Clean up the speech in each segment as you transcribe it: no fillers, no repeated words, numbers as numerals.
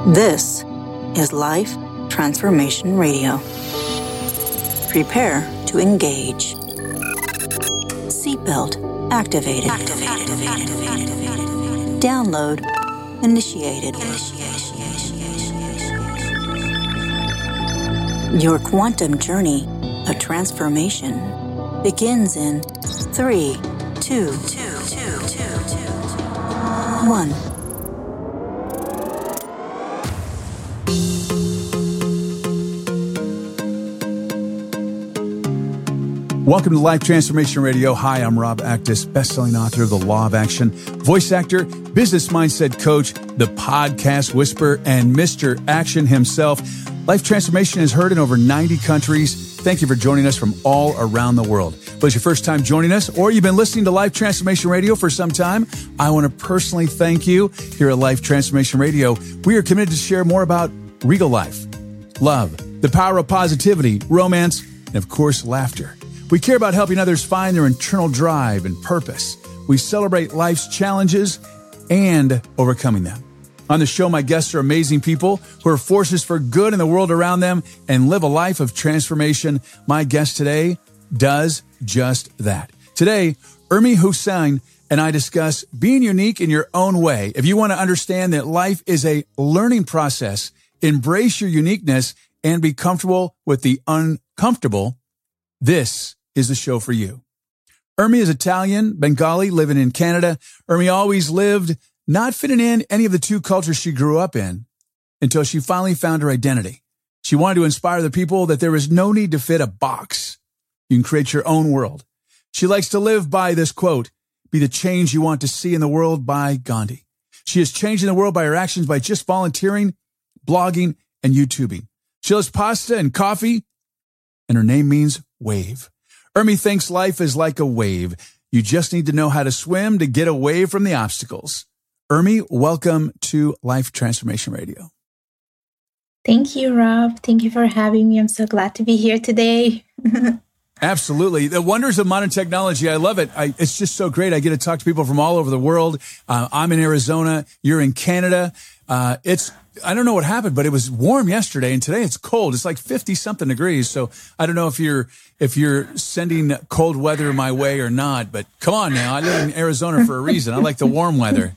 This is Life Transformation Radio. Prepare to engage. Seatbelt activated. Download initiated. Your quantum journey of transformation begins in 3, 2, 1. Welcome to Life Transformation Radio. Hi, I'm Rob Actis, best-selling author of The Law of Action, voice actor, business mindset coach, the podcast whisperer, and Mr. Action himself. Life Transformation is heard in over 90 countries. Thank you for joining us from all around the world. If it's your first time joining us, or you've been listening to Life Transformation Radio for some time, I want to personally thank you. Here at Life Transformation Radio, we are committed to share more about regal life, love, the power of positivity, romance, and of course, laughter. We care about helping others find their internal drive and purpose. We celebrate life's challenges and overcoming them. On the show, my guests are amazing people who are forces for good in the world around them and live a life of transformation. My guest today does just that. Today, Urmi Hussain and I discuss being unique in your own way. If you want to understand that life is a learning process, embrace your uniqueness and be comfortable with the uncomfortable, this is the show for you. Urmi is Italian, Bengali, living in Canada. Urmi always lived not fitting in any of the two cultures she grew up in until she finally found her identity. She wanted to inspire the people that there is no need to fit a box. You can create your own world. She likes to live by this quote, "Be the change you want to see in the world," by Gandhi. She is changing the world by her actions by just volunteering, blogging, and YouTubing. She loves pasta and coffee, and her name means wave. Urmi thinks life is like a wave. You just need to know how to swim to get away from the obstacles. Urmi, welcome to Life Transformation Radio. Thank you, Rob. Thank you for having me. I'm so glad to be here today. Absolutely. The wonders of modern technology. I love it. It's just so great. I get to talk to people from all over the world. I'm in Arizona. You're in Canada. I don't know what happened, but it was warm yesterday, and today it's cold. It's like 50-something degrees. So I don't know if you're sending cold weather my way or not, but come on now. I live in Arizona for a reason. I like the warm weather.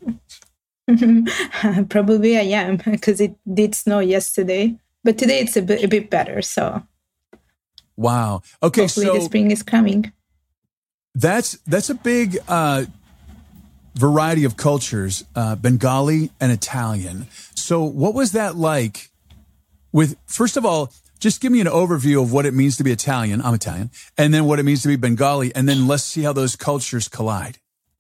Probably I am, because it did snow yesterday. But today it's a bit better, so. Wow. Okay, hopefully the spring is coming. That's a big variety of cultures, Bengali and Italian. So what was that like first of all, just give me an overview of what it means to be Italian. I'm Italian. And then what it means to be Bengali. And then let's see how those cultures collide.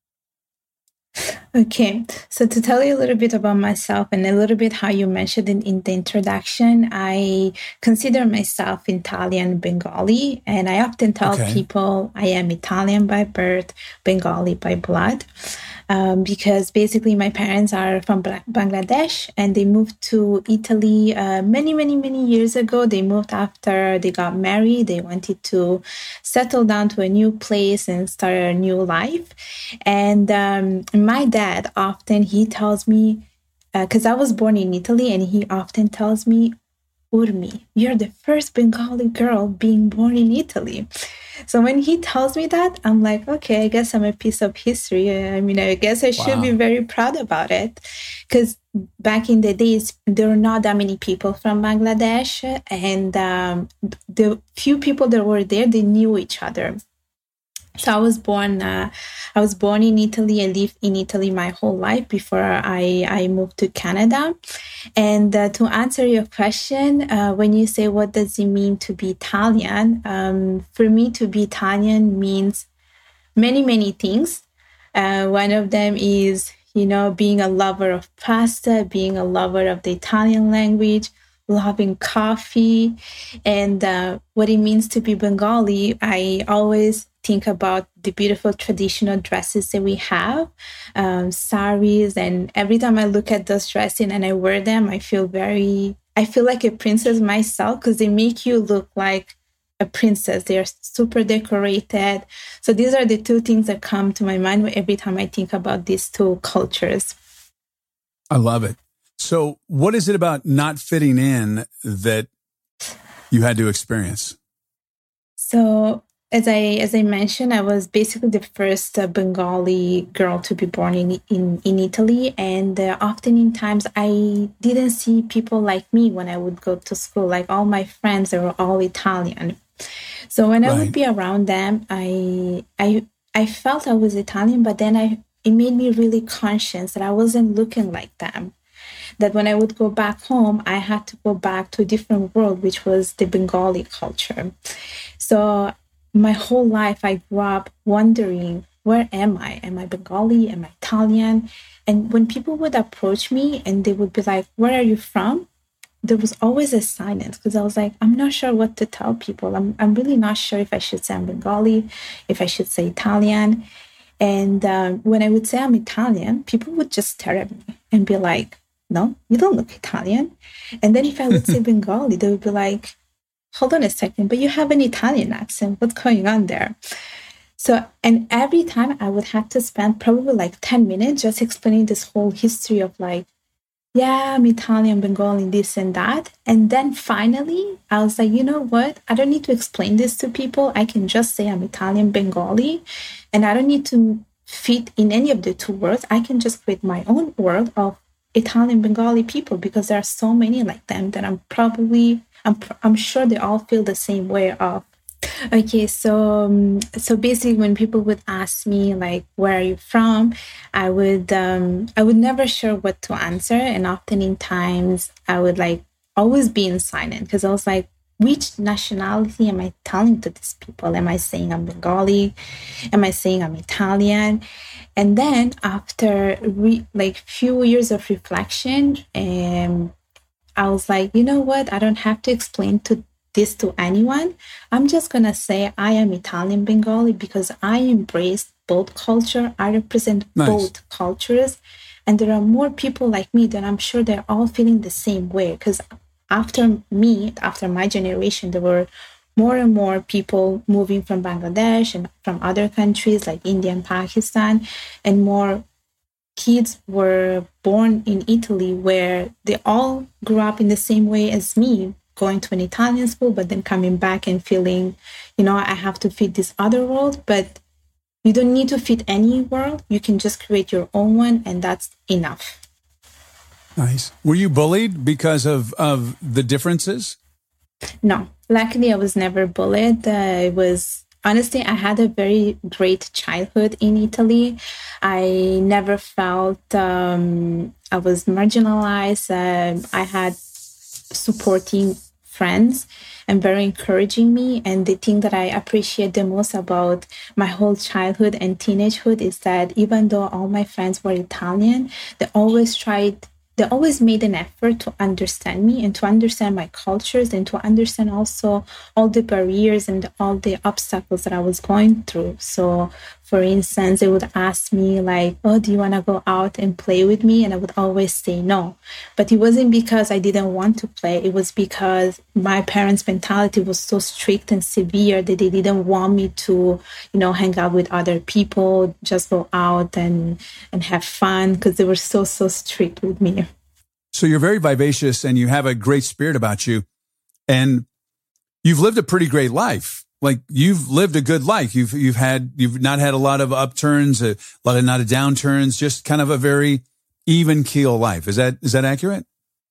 Okay, so to tell you a little bit about myself and a little bit how you mentioned it in the introduction, I consider myself Italian Bengali, and I often tell people I am Italian by birth, Bengali by blood, because basically my parents are from Bangladesh and they moved to Italy many years ago. They moved after they got married. They wanted to settle down to a new place and start a new life. And my dad often, he tells me, because I was born in Italy, and he often tells me, "Urmi, you're the first Bengali girl being born in Italy." So when he tells me that, I'm like, okay, I guess I'm a piece of history. I mean, I guess I should be very proud about it, because back in the days, there were not that many people from Bangladesh, and the few people that were there, they knew each other. So I was born in Italy. I lived in Italy my whole life before I moved to Canada. And to answer your question, when you say what does it mean to be Italian, for me to be Italian means many things. One of them is, being a lover of pasta, being a lover of the Italian language, loving coffee, and what it means to be Bengali. I always think about the beautiful traditional dresses that we have, saris, and every time I look at those dresses and I wear them, I feel like a princess myself, because they make you look like a princess. They are super decorated. So these are the two things that come to my mind every time I think about these two cultures. I love it. So what is it about not fitting in that you had to experience? So as I mentioned, I was basically the first Bengali girl to be born in Italy. And often in times I didn't see people like me when I would go to school. Like all my friends, they were all Italian. So when I would be around them, I felt I was Italian, but then it made me really conscious that I wasn't looking like them. That when I would go back home, I had to go back to a different world, which was the Bengali culture. So my whole life, I grew up wondering, where am I? Am I Bengali? Am I Italian? And when people would approach me and they would be like, where are you from? There was always a silence because I was like, I'm not sure what to tell people. I'm really not sure if I should say I'm Bengali, if I should say Italian. And when I would say I'm Italian, people would just stare at me and be like, no, you don't look Italian. And then if I would say Bengali, they would be like, hold on a second, but you have an Italian accent. What's going on there? So, and every time I would have to spend probably like 10 minutes just explaining this whole history of like, yeah, I'm Italian, Bengali, this and that. And then finally, I was like, you know what? I don't need to explain this to people. I can just say I'm Italian, Bengali, and I don't need to fit in any of the two worlds. I can just create my own world of Italian, Bengali people because there are so many like them that I'm sure they all feel the same way of. Okay, so basically, when people would ask me like, "Where are you from?" I would never sure what to answer, and often in times I would like always be in silent because I was like, which nationality am I telling to these people? Am I saying I'm Bengali? Am I saying I'm Italian? And then after few years of reflection, I was like, you know what? I don't have to explain this to anyone. I'm just going to say I am Italian Bengali because I embrace both culture. I represent both cultures. And there are more people like me that I'm sure they're all feeling the same way. Because after my generation, there were more and more people moving from Bangladesh and from other countries like India and Pakistan, and more kids were born in Italy where they all grew up in the same way as me, going to an Italian school, but then coming back and feeling, I have to fit this other world. But you don't need to fit any world. You can just create your own one, and that's enough. Nice. Were you bullied because of the differences? No, luckily I was never bullied. Honestly, I had a very great childhood in Italy. I never felt I was marginalized. I had supporting friends and very encouraging me. And the thing that I appreciate the most about my whole childhood and teenagehood is that even though all my friends were Italian, they always made an effort to understand me and to understand my cultures and to understand also all the barriers and all the obstacles that I was going through. So, for instance, they would ask me like, oh, do you want to go out and play with me? And I would always say no. But it wasn't because I didn't want to play. It was because my parents' mentality was so strict and severe that they didn't want me to, hang out with other people, just go out and have fun because they were so strict with me. So you're very vivacious and you have a great spirit about you. And you've lived a pretty great life. Like you've lived a good life. You've not had a lot of upturns, not of downturns, just kind of a very even keel life. Is that accurate?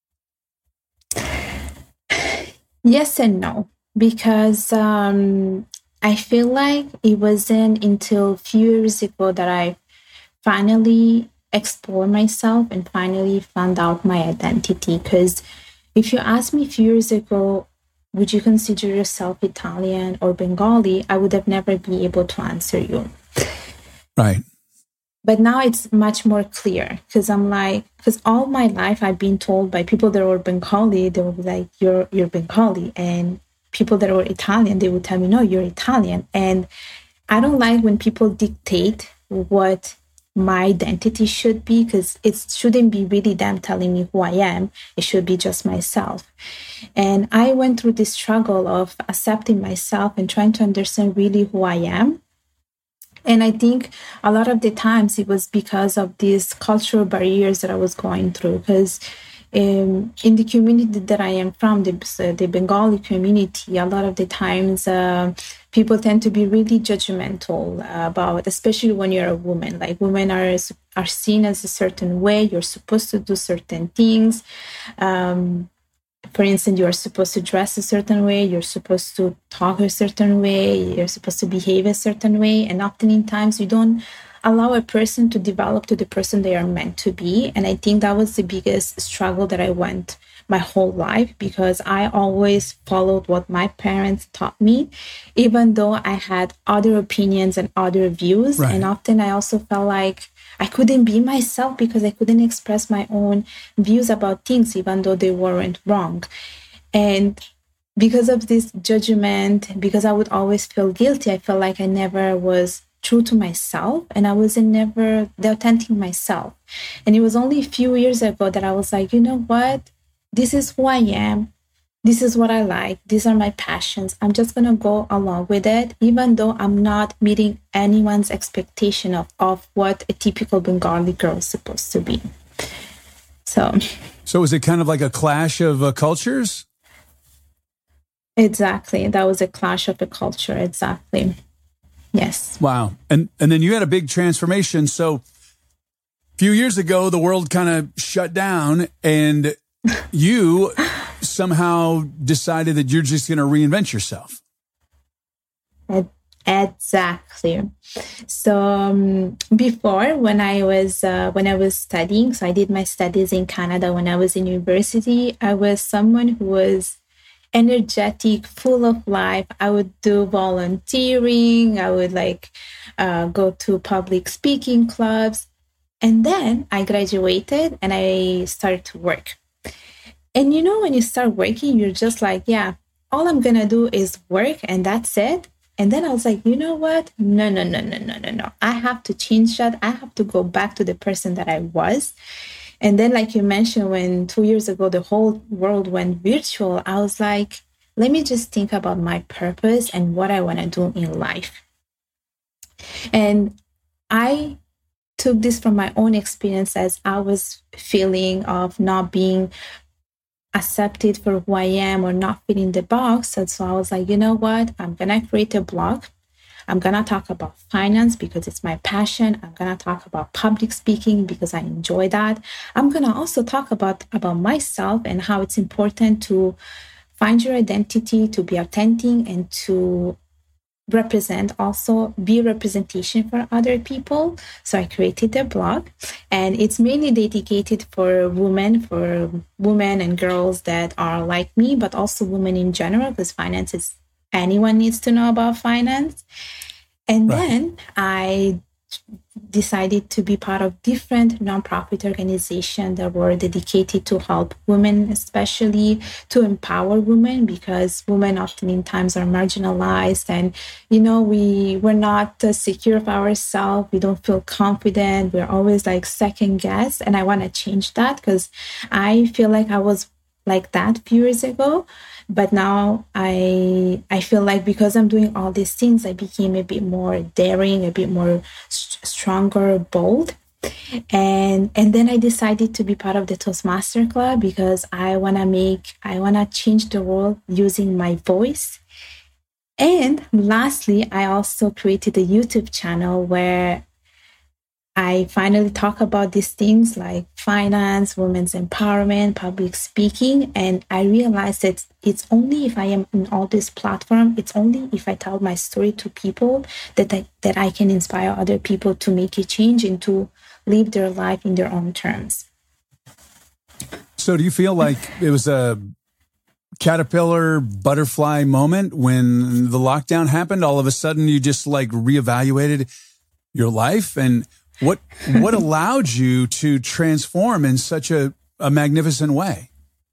Yes and no, because I feel like it wasn't until a few years ago that I finally explored myself and finally found out my identity. Because if you asked me a few years ago, would you consider yourself Italian or Bengali? I would have never been able to answer you. Right. But now it's much more clear because all my life I've been told by people that were Bengali, they were like, you're Bengali. And people that were Italian, they would tell me, no, you're Italian. And I don't like when people dictate what my identity should be, because it shouldn't be really them telling me who I am. It should be just myself. And I went through this struggle of accepting myself and trying to understand really who I am. And I think a lot of the times it was because of these cultural barriers that I was going through. Because, in the community that I am from, the Bengali community, a lot of the times people tend to be really judgmental about, especially when you're a woman. Like women are seen as a certain way. You're supposed to do certain things. For instance, you are supposed to dress a certain way. You're supposed to talk a certain way. You're supposed to behave a certain way. And often in times you don't allow a person to develop to the person they are meant to be. And I think that was the biggest struggle that I went my whole life, because I always followed what my parents taught me, even though I had other opinions and other views. Right. And often I also felt like I couldn't be myself because I couldn't express my own views about things, even though they weren't wrong. And because of this judgment, because I would always feel guilty, I felt like I never was true to myself, and I wasn't never the authentic myself. And it was only a few years ago that I was like, you know what? This is who I am. This is what I like. These are my passions. I'm just going to go along with it, even though I'm not meeting anyone's expectation of what a typical Bengali girl is supposed to be. So was it kind of like a clash of cultures? Exactly. That was a clash of a culture. Exactly. Yes. Wow. And then you had a big transformation. So a few years ago, the world kind of shut down and you somehow decided that you're just going to reinvent yourself. Exactly. So before, when I was studying, so I did my studies in Canada when I was in university, I was someone who was energetic, full of life. I would do volunteering. I would go to public speaking clubs. And then I graduated and I started to work. And when you start working, you're just like, yeah, all I'm going to do is work and that's it. And then I was like, you know what? No. I have to change that. I have to go back to the person that I was. And then, like you mentioned, when 2 years ago, the whole world went virtual, I was like, let me just think about my purpose and what I want to do in life. And I took this from my own experience as I was feeling of not being accepted for who I am or not fitting the box. And so I was like, you know what? I'm going to create a blog. I'm going to talk about finance because it's my passion. I'm going to talk about public speaking because I enjoy that. I'm going to also talk about myself and how it's important to find your identity, to be authentic, and to be representation for other people. So I created a blog, and it's mainly dedicated for women and girls that are like me, but also women in general, because finance is anyone needs to know about finance. And then I decided to be part of different nonprofit organizations that were dedicated to help women, especially to empower women, because women often in times are marginalized and, we're not secure of ourselves. We don't feel confident. We're always second guess. And I want to change that because I feel like I was like that a few years ago. But now I feel like because I'm doing all these things, I became a bit more daring, a bit more stronger, bold. And then I decided to be part of the Toastmaster Club because I want to change the world using my voice. And lastly, I also created a YouTube channel where I finally talk about these things like finance, women's empowerment, public speaking. And I realized that it's only if I am in all this platform, it's only if I tell my story to people that I can inspire other people to make a change and to live their life in their own terms. So do you feel like it was a caterpillar butterfly moment when the lockdown happened? All of a sudden you just reevaluated your life, and what allowed you to transform in such a magnificent way?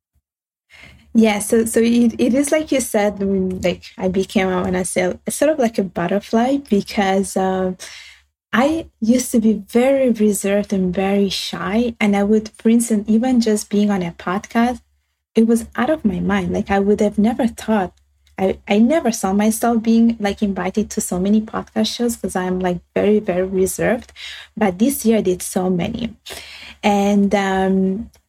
Yeah, so it is like you said, I became, I want to say, sort of like a butterfly because I used to be very reserved and very shy. And I would, for instance, even just being on a podcast, it was out of my mind. I would have never thought, I never saw myself being invited to so many podcast shows because I'm very, very reserved. But this year I did so many. And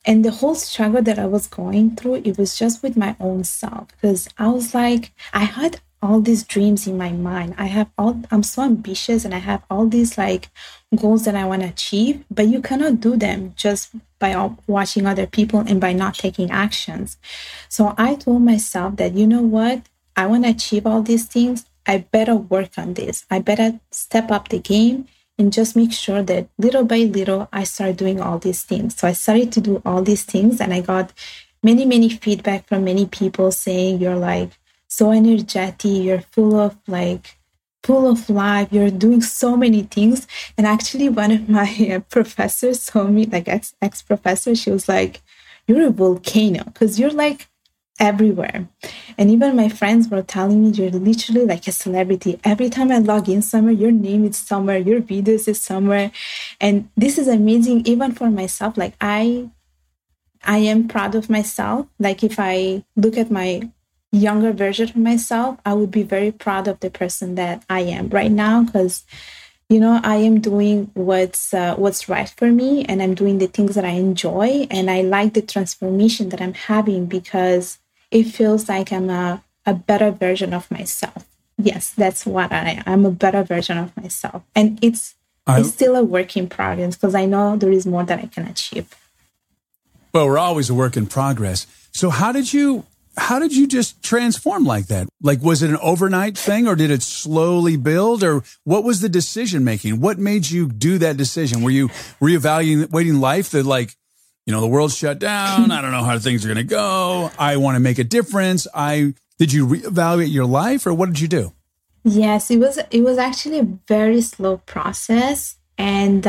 And the whole struggle that I was going through, it was just with my own self, because I was like, I had all these dreams in my mind. I'm so ambitious, and I have all these like goals that I want to achieve, but you cannot do them just by watching other people and by not taking actions. So I told myself that, you know what? I want to achieve all these things. I better work on this. I better step up the game and just make sure that little by little, I start doing all these things. So I started to do all these things, and I got many, many feedback from many people saying, you're like so energetic, you're full of life, you're doing so many things. And actually, one of my professors told me, like ex-professor, she was like, you're a volcano, because you're like everywhere. And even my friends were telling me, you're literally like a celebrity. Every time I log in somewhere, your name is somewhere, your videos is somewhere. And this is amazing, even for myself. Like I am proud of myself. Like if I look at my younger version of myself, I would be very proud of the person that I am right now, because I am doing what's right for me, and I'm doing the things that I enjoy, and I like the transformation that I'm having, because it feels like I'm a better version of myself. Yes, that's what I am. I'm a better version of myself. And it's still a work in progress, because I know there is more that I can achieve. Well, we're always a work in progress. So how did you just transform like that? Like, was it an overnight thing, or did it slowly build, or what was the decision making? What made you do that decision? Were you reevaluating life that the world's shut down. I don't know how things are going to go. I want to make a difference. Did you reevaluate your life, or what did you do? Yes, it was actually a very slow process. And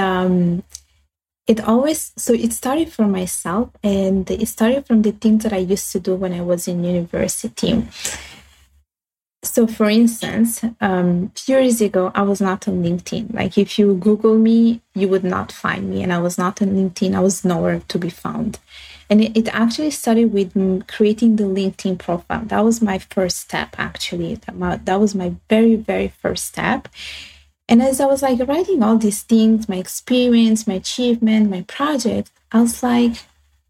it started for myself, and it started from the things that I used to do when I was in university. So, for instance, a few years ago, I was not on LinkedIn. Like, if you Google me, you would not find me. And I was not on LinkedIn. I was nowhere to be found. And it actually started with creating the LinkedIn profile. That was my first step, actually. That was my very, very first step. And as I was like writing all these things, my experience, my achievement, my project, I was like,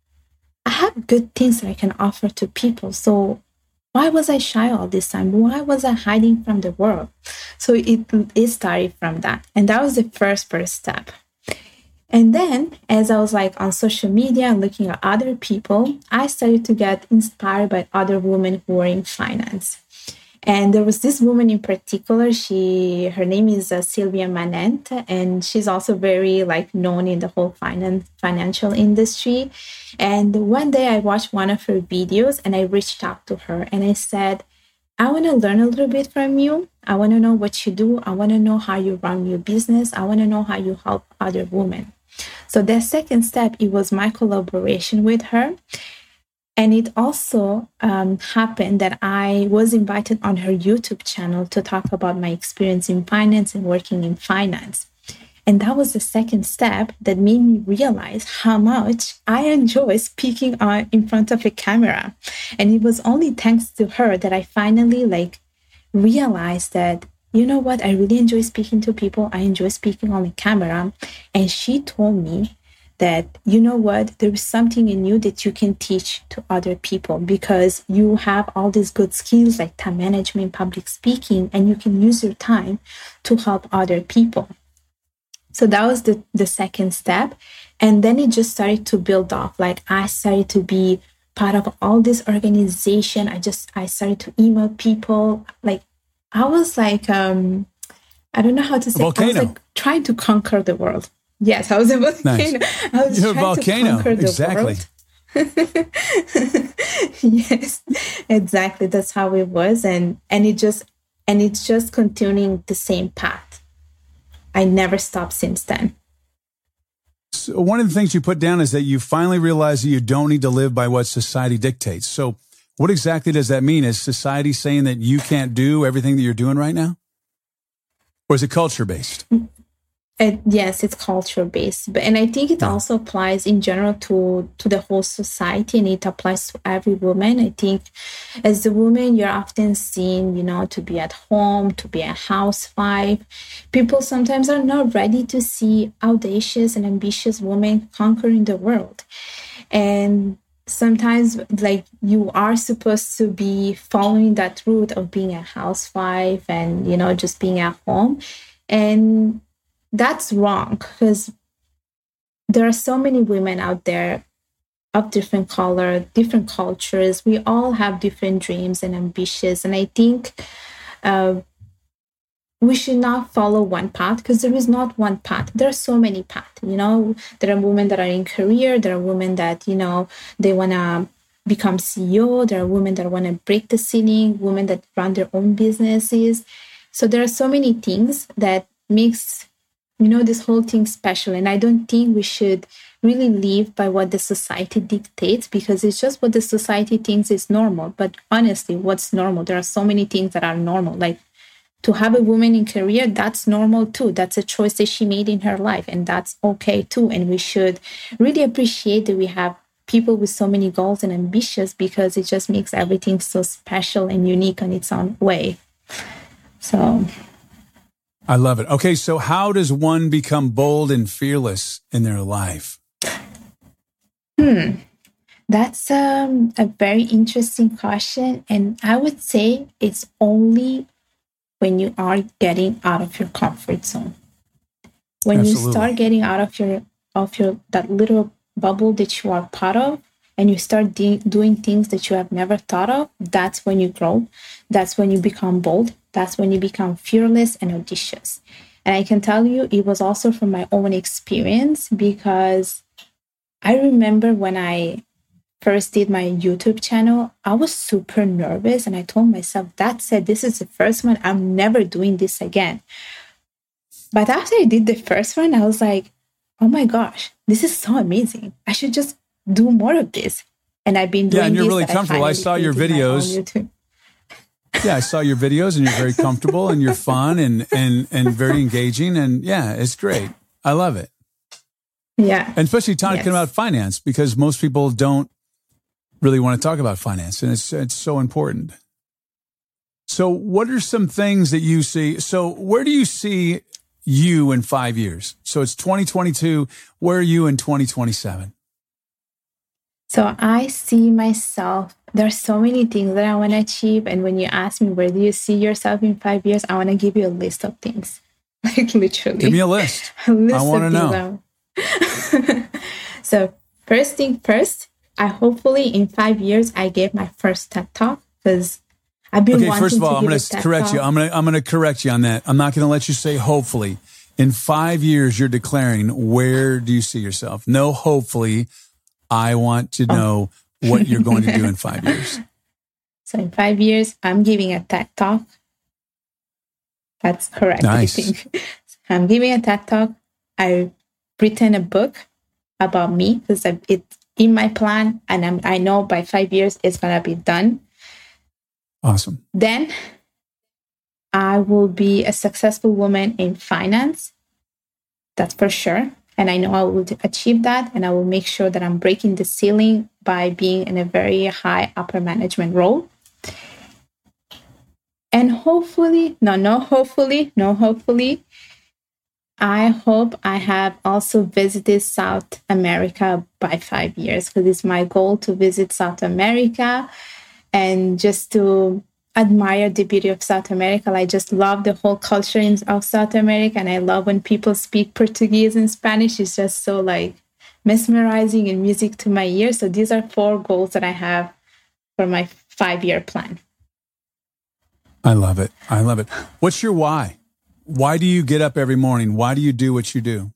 I have good things that I can offer to people. So why was I shy all this time? Why was I hiding from the world? So it started from that. And that was the first step. And then as I was like on social media and looking at other people, I started to get inspired by other women who were in finance. And there was this woman in particular, her name is Sylvia Manent, and she's also very known in the whole financial industry. And one day I watched one of her videos and I reached out to her and I said, I want to learn a little bit from you. I want to know what you do. I want to know how you run your business. I want to know how you help other women. So the second step, it was my collaboration with her. And it also happened that I was invited on her YouTube channel to talk about my experience in finance and working in finance. And that was the second step that made me realize how much I enjoy speaking in front of a camera. And it was only thanks to her that I finally realized that, you know what, I really enjoy speaking to people. I enjoy speaking on the camera. And she told me that, you know what, there is something in you that you can teach to other people because you have all these good skills like time management, public speaking, and you can use your time to help other people. So that was the second step. And then it just started to build off. I started to be part of all this organization. I started to email people. I was I don't know how to say, volcano. I was trying to conquer the world. Yes, I was a volcano. Nice. I was You're trying a volcano. to conquer the Exactly. world. Yes, exactly. That's how it was, and it's just continuing the same path. I never stopped since then. So one of the things you put down is that you finally realized that you don't need to live by what society dictates. So what exactly does that mean? Is society saying that you can't do everything that you're doing right now? Or is it culture-based? Yes, it's culture-based. And I think it also applies in general to the whole society, and it applies to every woman. I think as a woman, you're often seen, to be at home, to be a housewife. People sometimes are not ready to see audacious and ambitious women conquering the world. And sometimes like you are supposed to be following that route of being a housewife and, you know, just being at home. And that's wrong, because there are so many women out there of different color, different cultures. We all have different dreams and ambitions. And I think we should not follow one path, because there is not one path. There are so many paths, you know. There are women that are in career. There are women that, you know, they want to become CEO. There are women that want to break the ceiling, women that run their own businesses. So there are so many things that makes, you know, this whole thing special. And I don't think we should really live by what the society dictates, because it's just what the society thinks is normal. But honestly, what's normal? There are so many things that are normal. Like, to have a woman in career, that's normal too. That's a choice that she made in her life, and that's okay too. And we should really appreciate that we have people with so many goals and ambitions, because it just makes everything so special and unique in its own way. So I love it. Okay, so how does one become bold and fearless in their life? That's a very interesting question. And I would say it's only when you are getting out of your comfort zone. When Absolutely. you start getting out of your that little bubble that you are part of, and you start doing things that you have never thought of, that's when you grow. That's when you become bold. That's when you become fearless and audacious. And I can tell you, it was also from my own experience, because I remember when I first did my YouTube channel, I was super nervous, and I told myself, that's it, this is the first one, I'm never doing this again. But after I did the first one, I was like, oh my gosh, this is so amazing. I should just do more of this. And I've been doing this. Yeah, and you're really comfortable. I saw your videos. Yeah, I saw your videos, and you're very comfortable, and you're fun and very engaging. And yeah, it's great. I love it. Yeah. And especially talking about finance, because most people don't really want to talk about finance, and it's so important. So what are some things that you see? So where do you see you in 5 years? So it's 2022. Where are you in 2027? So I see myself, there's so many things that I want to achieve. And when you ask me, where do you see yourself in 5 years? I want to give you a list of things. Like literally. Give me a list. I want to know. So first thing first, I hopefully in 5 years, I gave my first TED Talk, because I've been wanting to. Okay, first of all, I'm going to correct you. I'm going to correct you on that. I'm not going to let you say hopefully. In 5 years, you're declaring, where do you see yourself? No, hopefully. I want to know what you're going to do in 5 years. So in 5 years, I'm giving a TED Talk. That's correct. Nice. I think. I'm giving a TED Talk. I've written a book about me, because it's in my plan, and I know by 5 years it's going to be done. Awesome. Then I will be a successful woman in finance. That's for sure. And I know I will achieve that, and I will make sure that I'm breaking the ceiling by being in a very high upper management role. And hopefully, I hope I have also visited South America by 5 years, because it's my goal to visit South America and just to admire the beauty of South America. I just love the whole culture of South America, and I love when people speak Portuguese and Spanish. It's just so like mesmerizing and music to my ears. So these are 4 goals that I have for my 5-year plan. I love it. I love it. What's your why? Why do you get up every morning? Why do you do what you do?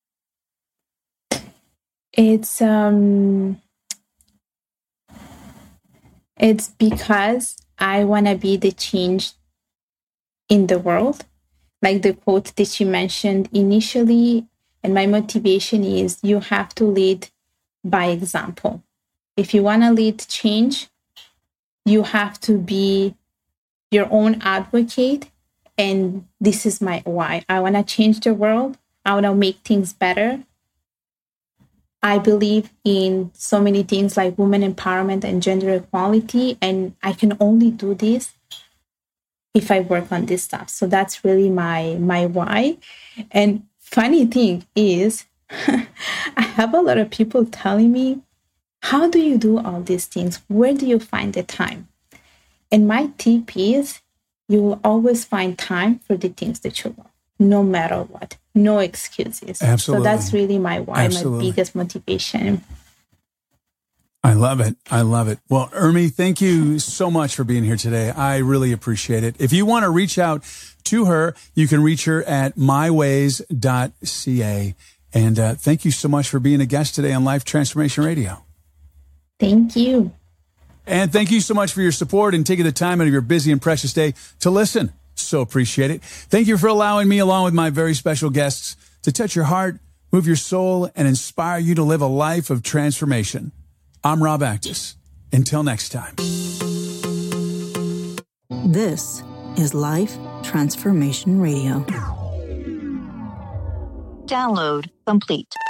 It's because I want to be the change in the world. Like the quote that you mentioned initially, and my motivation is you have to lead by example. If you want to lead change, you have to be your own advocate. And this is my why. I want to change the world. I want to make things better. I believe in so many things like women empowerment and gender equality, and I can only do this if I work on this stuff. So that's really my why. And funny thing is, I have a lot of people telling me how do you do all these things? Where do you find the time? And my tip is you will always find time for the things that you love, no matter what. No excuses. Absolutely. So that's really my why, Absolutely. my biggest motivation. I love it. I love it. Well, Urmi, thank you so much for being here today. I really appreciate it. If you want to reach out to her, you can reach her at myways.ca. And thank you so much for being a guest today on Life Transformation Radio. Thank you. And thank you so much for your support and taking the time out of your busy and precious day to listen. So appreciate it. Thank you for allowing me, along with my very special guests, to touch your heart, move your soul, and inspire you to live a life of transformation. I'm Rob Actis. Until next time. This is Life Transformation Radio. Download complete.